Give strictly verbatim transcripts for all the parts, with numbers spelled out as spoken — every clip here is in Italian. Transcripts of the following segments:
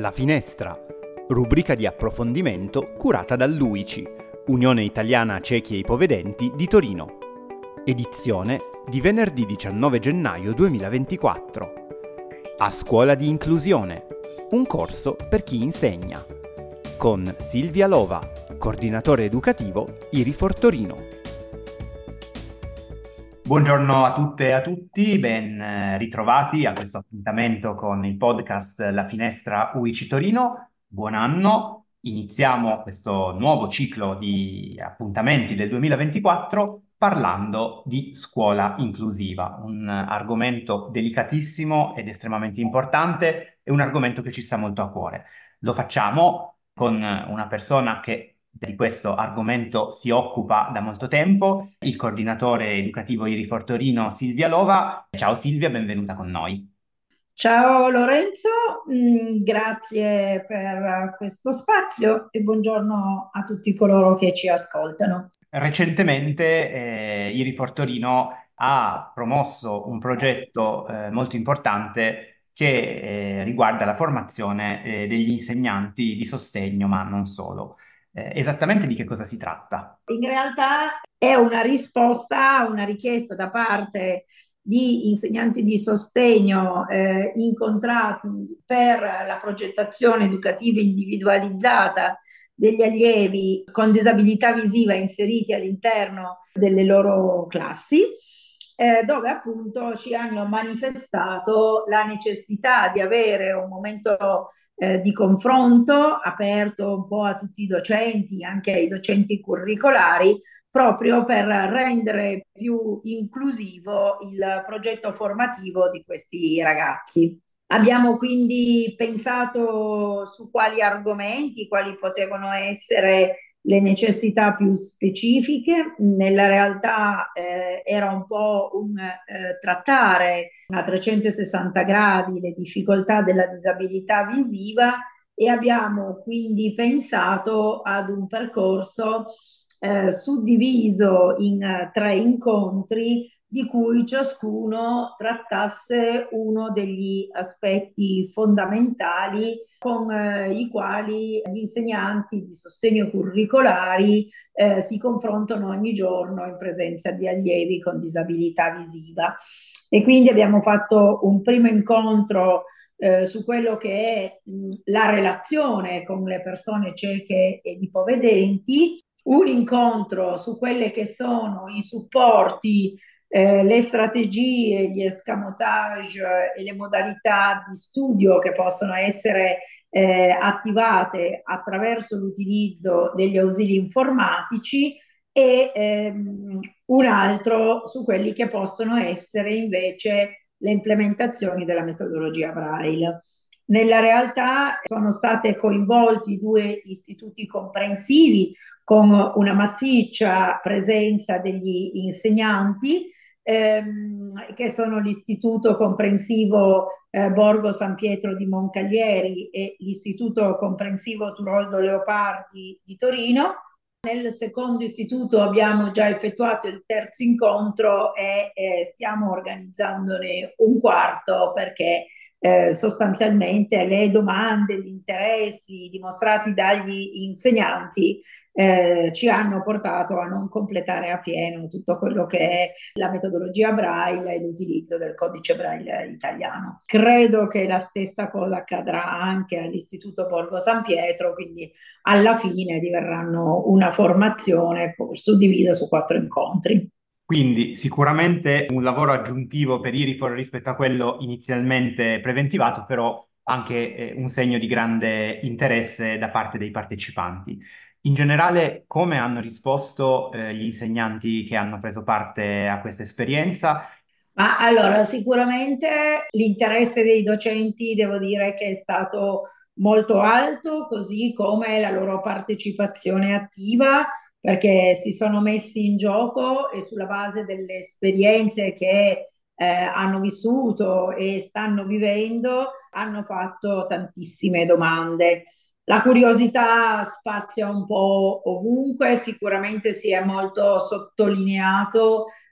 La Finestra, rubrica di approfondimento curata dall'U I C I, Unione Italiana Ciechi e Ipovedenti di Torino. Edizione di venerdì diciannove gennaio duemilaventiquattro. A scuola di inclusione, un corso per chi insegna. Con Silvia Lova, coordinatore educativo I R I For Torino. Buongiorno a tutte e a tutti, ben eh, ritrovati a questo appuntamento con il podcast La Finestra U I C I Torino. Buon anno, iniziamo questo nuovo ciclo di appuntamenti del duemilaventiquattro parlando di scuola inclusiva, un argomento delicatissimo ed estremamente importante e un argomento che ci sta molto a cuore. Lo facciamo con una persona che di questo argomento si occupa da molto tempo, il coordinatore educativo I R I For Torino, Silvia Lova. Ciao Silvia, benvenuta con noi. Ciao Lorenzo, mm, grazie per questo spazio e buongiorno a tutti coloro che ci ascoltano. Recentemente eh, I R I For Torino ha promosso un progetto eh, molto importante che eh, riguarda la formazione eh, degli insegnanti di sostegno, ma non solo. Eh, esattamente di che cosa si tratta? In realtà è una risposta a una richiesta da parte di insegnanti di sostegno eh, incontrati per la progettazione educativa individualizzata degli allievi con disabilità visiva inseriti all'interno delle loro classi, eh, dove appunto ci hanno manifestato la necessità di avere un momento eh, di confronto aperto un po' a tutti i docenti, anche ai docenti curricolari, proprio per rendere più inclusivo il progetto formativo di questi ragazzi. Abbiamo quindi pensato su quali argomenti, quali potevano essere le necessità più specifiche. Nella realtà eh, era un po' un eh, trattare a trecentosessanta gradi le difficoltà della disabilità visiva e abbiamo quindi pensato ad un percorso eh, suddiviso in eh, tre incontri di cui ciascuno trattasse uno degli aspetti fondamentali con eh, i quali gli insegnanti di sostegno curricolari eh, si confrontano ogni giorno in presenza di allievi con disabilità visiva. E quindi abbiamo fatto un primo incontro eh, su quello che è mh, la relazione con le persone cieche ed ipovedenti, un incontro su quelle che sono i supporti, eh, le strategie, gli escamotage e le modalità di studio che possono essere eh, attivate attraverso l'utilizzo degli ausili informatici e ehm, un altro su quelli che possono essere invece le implementazioni della metodologia Braille. Nella realtà sono state coinvolti due istituti comprensivi con una massiccia presenza degli insegnanti, ehm, che sono l'Istituto Comprensivo eh, Borgo San Pietro di Moncaglieri e l'Istituto Comprensivo Turoldo Leopardi di Torino. Nel secondo istituto abbiamo già effettuato il terzo incontro e eh, stiamo organizzandone un quarto perché eh, sostanzialmente le domande, gli interessi dimostrati dagli insegnanti eh, ci hanno portato a non completare a pieno tutto quello che è la metodologia Braille e l'utilizzo del codice Braille italiano. Credo che la stessa cosa accadrà anche all'Istituto Borgo San Pietro, quindi alla fine diverranno una formazione suddivisa su quattro incontri. Quindi sicuramente un lavoro aggiuntivo per I R I For rispetto a quello inizialmente preventivato, però anche eh, un segno di grande interesse da parte dei partecipanti. In generale, come hanno risposto eh, gli insegnanti che hanno preso parte a questa esperienza? Ma allora, sicuramente l'interesse dei docenti devo dire che è stato molto alto, così come la loro partecipazione attiva, perché si sono messi in gioco e sulla base delle esperienze che eh, hanno vissuto e stanno vivendo, hanno fatto tantissime domande. La curiosità spazia un po' ovunque, sicuramente si è molto sottolineato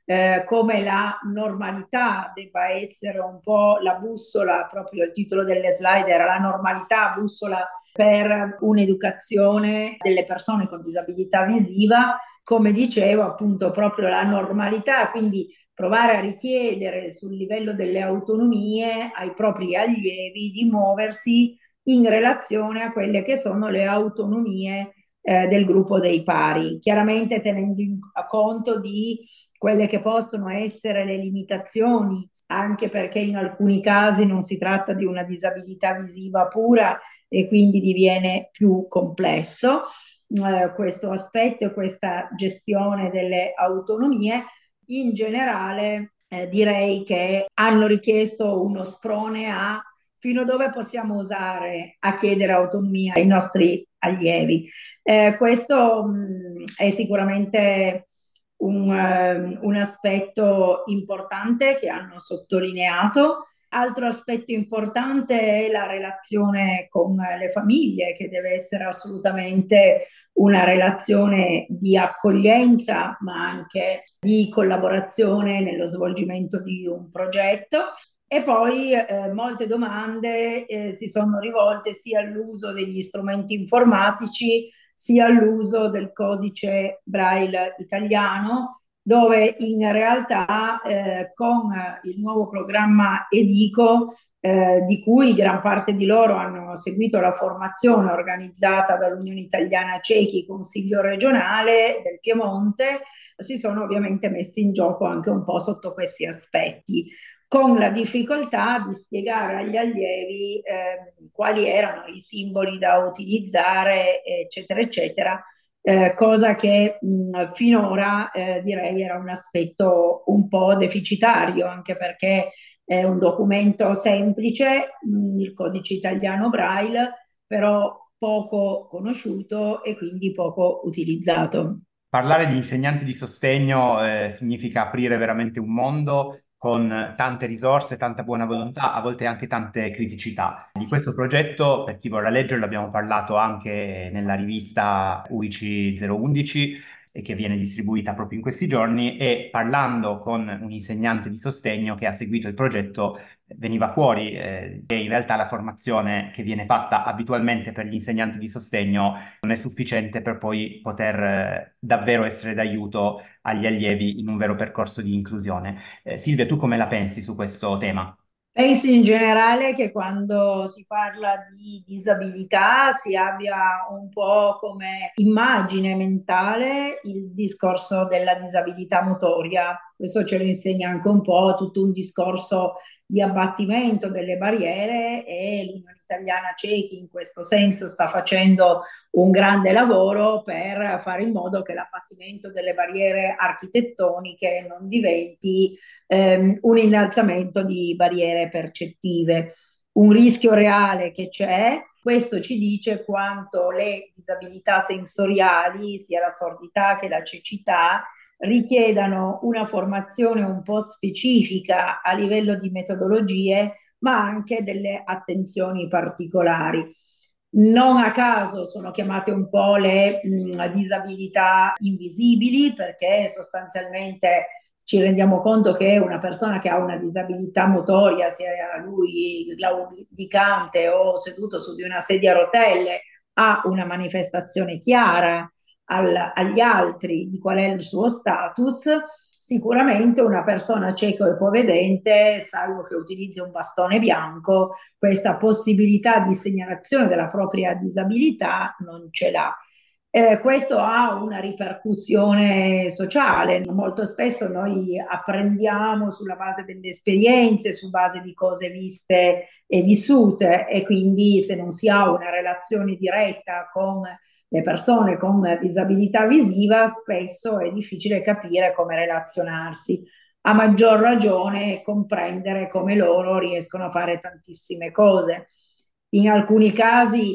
eh, come la normalità debba essere un po' la bussola, proprio il titolo delle slide era la normalità, bussola per un'educazione delle persone con disabilità visiva, come dicevo, appunto proprio la normalità, quindi provare a richiedere sul livello delle autonomie ai propri allievi di muoversi in relazione a quelle che sono le autonomie eh, del gruppo dei pari, chiaramente tenendo in conto di quelle che possono essere le limitazioni, anche perché in alcuni casi non si tratta di una disabilità visiva pura e quindi diviene più complesso eh, questo aspetto e questa gestione delle autonomie. In generale eh, direi che hanno richiesto uno sprone a fino a dove possiamo osare a chiedere autonomia ai nostri allievi. Eh, questo mh, è sicuramente un, um, un aspetto importante che hanno sottolineato. Altro aspetto importante è la relazione con le famiglie, che deve essere assolutamente una relazione di accoglienza, ma anche di collaborazione nello svolgimento di un progetto. E poi eh, molte domande eh, si sono rivolte sia all'uso degli strumenti informatici sia all'uso del codice Braille italiano, dove in realtà eh, con il nuovo programma Edico, eh, di cui gran parte di loro hanno seguito la formazione organizzata dall'Unione Italiana Ciechi, Consiglio regionale del Piemonte, si sono ovviamente messi in gioco anche un po' sotto questi aspetti, con la difficoltà di spiegare agli allievi eh, quali erano i simboli da utilizzare, eccetera, eccetera, eh, cosa che mh, finora eh, direi era un aspetto un po' deficitario, anche perché è un documento semplice, mh, il codice italiano Braille, però poco conosciuto e quindi poco utilizzato. Parlare di insegnanti di sostegno eh, significa aprire veramente un mondo con tante risorse, tanta buona volontà, a volte anche tante criticità. Di questo progetto, per chi vorrà leggerlo, abbiamo parlato anche nella rivista U I C I zero undici, e che viene distribuita proprio in questi giorni, e parlando con un insegnante di sostegno che ha seguito il progetto veniva fuori eh, che in realtà la formazione che viene fatta abitualmente per gli insegnanti di sostegno non è sufficiente per poi poter eh, davvero essere d'aiuto agli allievi in un vero percorso di inclusione. Eh, Silvia, tu come la pensi su questo tema? Penso in generale che quando si parla di disabilità si abbia un po' come immagine mentale il discorso della disabilità motoria. Questo ce lo insegna anche un po' tutto un discorso di abbattimento delle barriere, e l'Unione Italiana Ciechi in questo senso sta facendo un grande lavoro per fare in modo che l'abbattimento delle barriere architettoniche non diventi ehm, un innalzamento di barriere percettive. Un rischio reale che c'è, questo ci dice quanto le disabilità sensoriali, sia la sordità che la cecità, richiedano una formazione un po' specifica a livello di metodologie, ma anche delle attenzioni particolari. Non a caso sono chiamate un po' le mh, disabilità invisibili, perché sostanzialmente ci rendiamo conto che una persona che ha una disabilità motoria, sia lui claudicante o seduto su di una sedia a rotelle, ha una manifestazione chiara al, agli altri di qual è il suo status. Sicuramente una persona cieca o ipovedente, salvo che utilizzi un bastone bianco, questa possibilità di segnalazione della propria disabilità non ce l'ha. Eh, questo ha una ripercussione sociale. Molto spesso noi apprendiamo sulla base delle esperienze, su base di cose viste e vissute, e quindi se non si ha una relazione diretta con le persone con disabilità visiva, spesso è difficile capire come relazionarsi. A maggior ragione comprendere come loro riescono a fare tantissime cose. In alcuni casi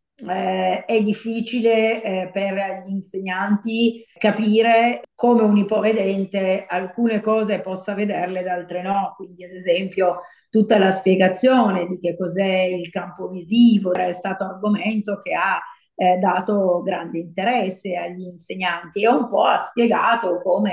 eh, è difficile eh, per gli insegnanti capire come un ipovedente alcune cose possa vederle ed altre no. Quindi, ad esempio, tutta la spiegazione di che cos'è il campo visivo è stato argomento che ha eh, dato grande interesse agli insegnanti, e un po' ha spiegato come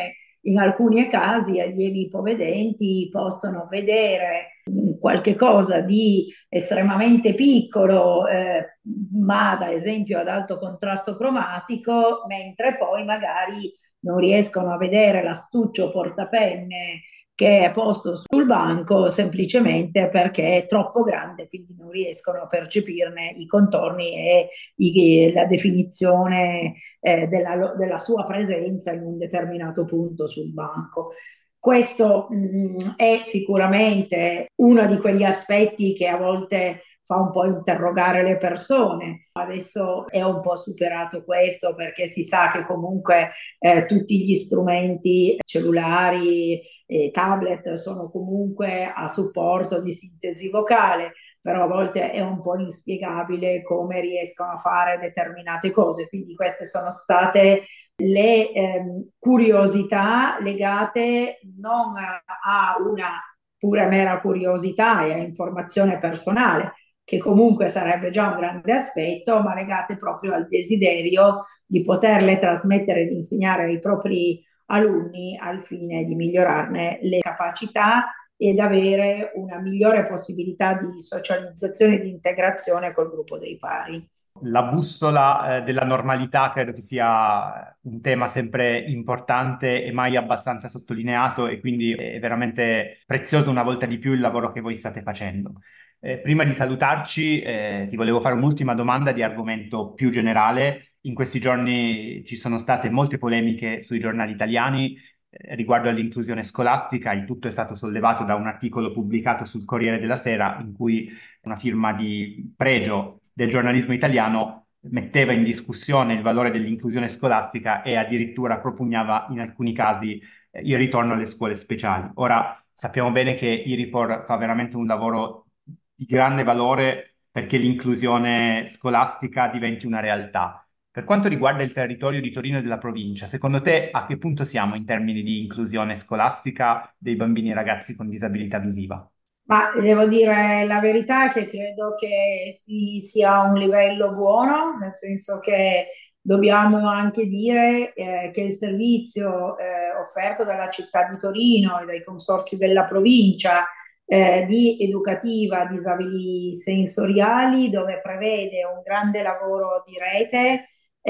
in alcuni casi allievi ipovedenti possono vedere qualche cosa di estremamente piccolo, eh, ma ad esempio ad alto contrasto cromatico, mentre poi magari non riescono a vedere l'astuccio portapenne che è posto sul banco semplicemente perché è troppo grande, quindi non riescono a percepirne i contorni e i, la definizione eh, della, della sua presenza in un determinato punto sul banco. Questo mh, è sicuramente uno di quegli aspetti che a volte fa un po' interrogare le persone. Adesso è un po' superato questo perché si sa che comunque eh, tutti gli strumenti cellulari e tablet sono comunque a supporto di sintesi vocale, però a volte è un po' inspiegabile come riescono a fare determinate cose. Quindi queste sono state le ehm, curiosità legate non a, a una pura mera curiosità e a informazione personale, che comunque sarebbe già un grande aspetto, ma legate proprio al desiderio di poterle trasmettere e di insegnare ai propri alunni al fine di migliorarne le capacità ed avere una migliore possibilità di socializzazione e di integrazione col gruppo dei pari. La bussola, eh, della normalità credo che sia un tema sempre importante e mai abbastanza sottolineato, e quindi è veramente prezioso una volta di più il lavoro che voi state facendo. Eh, prima di salutarci, eh, ti volevo fare un'ultima domanda di argomento più generale. In questi giorni ci sono state molte polemiche sui giornali italiani, eh, riguardo all'inclusione scolastica. Il tutto è stato sollevato da un articolo pubblicato sul Corriere della Sera, in cui una firma di pregio del giornalismo italiano metteva in discussione il valore dell'inclusione scolastica e addirittura propugnava in alcuni casi eh, il ritorno alle scuole speciali. Ora sappiamo bene che I R I F O R fa veramente un lavoro di grande valore perché l'inclusione scolastica diventi una realtà. Per quanto riguarda il territorio di Torino e della provincia, secondo te a che punto siamo in termini di inclusione scolastica dei bambini e ragazzi con disabilità visiva? Ma devo dire la verità è che credo che si sia a un livello buono, nel senso che dobbiamo anche dire eh, che il servizio eh, offerto dalla città di Torino e dai consorzi della provincia eh, di educativa disabili sensoriali, dove prevede un grande lavoro di rete,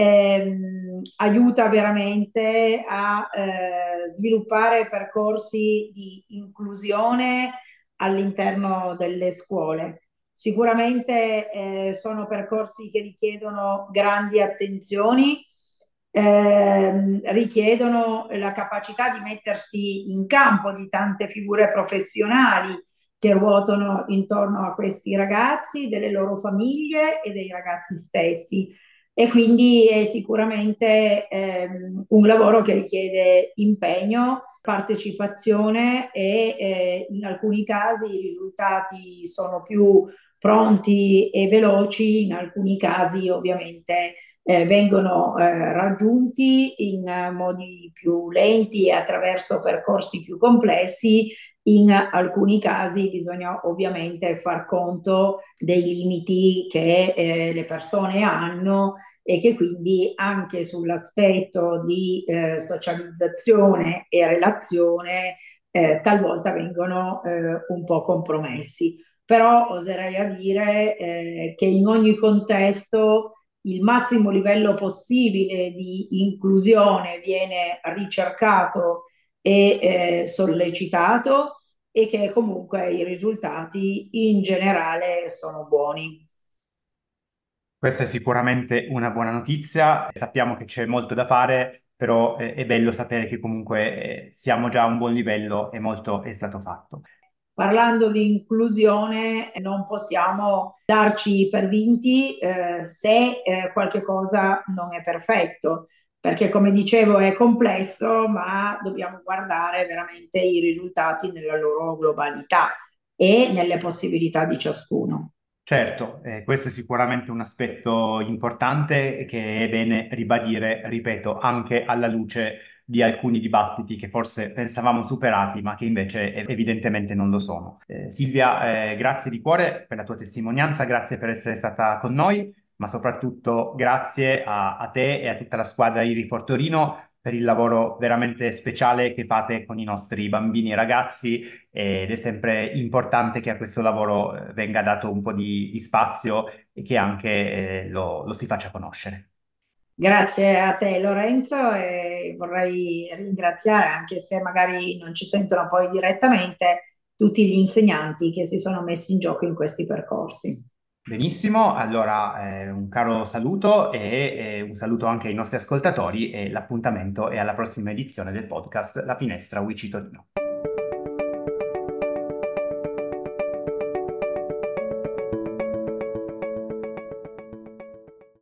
ehm, aiuta veramente a eh, sviluppare percorsi di inclusione all'interno delle scuole. Sicuramente eh, sono percorsi che richiedono grandi attenzioni, ehm, richiedono la capacità di mettersi in campo di tante figure professionali che ruotano intorno a questi ragazzi, delle loro famiglie e dei ragazzi stessi. E quindi è sicuramente ehm, un lavoro che richiede impegno, partecipazione e eh, in alcuni casi i risultati sono più pronti e veloci, in alcuni casi ovviamente eh, vengono eh, raggiunti in eh, modi più lenti e attraverso percorsi più complessi. In alcuni casi bisogna ovviamente far conto dei limiti che eh, le persone hanno e che quindi anche sull'aspetto di eh, socializzazione e relazione eh, talvolta vengono eh, un po' compromessi. Però oserei a dire eh, che in ogni contesto il massimo livello possibile di inclusione viene ricercato e eh, sollecitato e che comunque i risultati in generale sono buoni. Questa è sicuramente una buona notizia. Sappiamo che c'è molto da fare, però eh, è bello sapere che comunque eh, siamo già a un buon livello e molto è stato fatto. Parlando di inclusione, non possiamo darci per vinti eh, se eh, qualche cosa non è perfetto, perché come dicevo è complesso, ma dobbiamo guardare veramente i risultati nella loro globalità e nelle possibilità di ciascuno. Certo, eh, questo è sicuramente un aspetto importante che è bene ribadire, ripeto, anche alla luce di alcuni dibattiti che forse pensavamo superati, ma che invece eh, evidentemente non lo sono. Eh, Silvia, eh, grazie di cuore per la tua testimonianza, grazie per essere stata con noi, ma soprattutto grazie a, a te e a tutta la squadra Iri Torino per il lavoro veramente speciale che fate con i nostri bambini e ragazzi, ed è sempre importante che a questo lavoro eh, venga dato un po' di, di spazio e che anche eh, lo, lo si faccia conoscere. Grazie a te Lorenzo e vorrei ringraziare, anche se magari non ci sentono poi direttamente, tutti gli insegnanti che si sono messi in gioco in questi percorsi. Benissimo, allora eh, un caro saluto e eh, un saluto anche ai nostri ascoltatori e l'appuntamento è alla prossima edizione del podcast La Finestra U I C I Torino.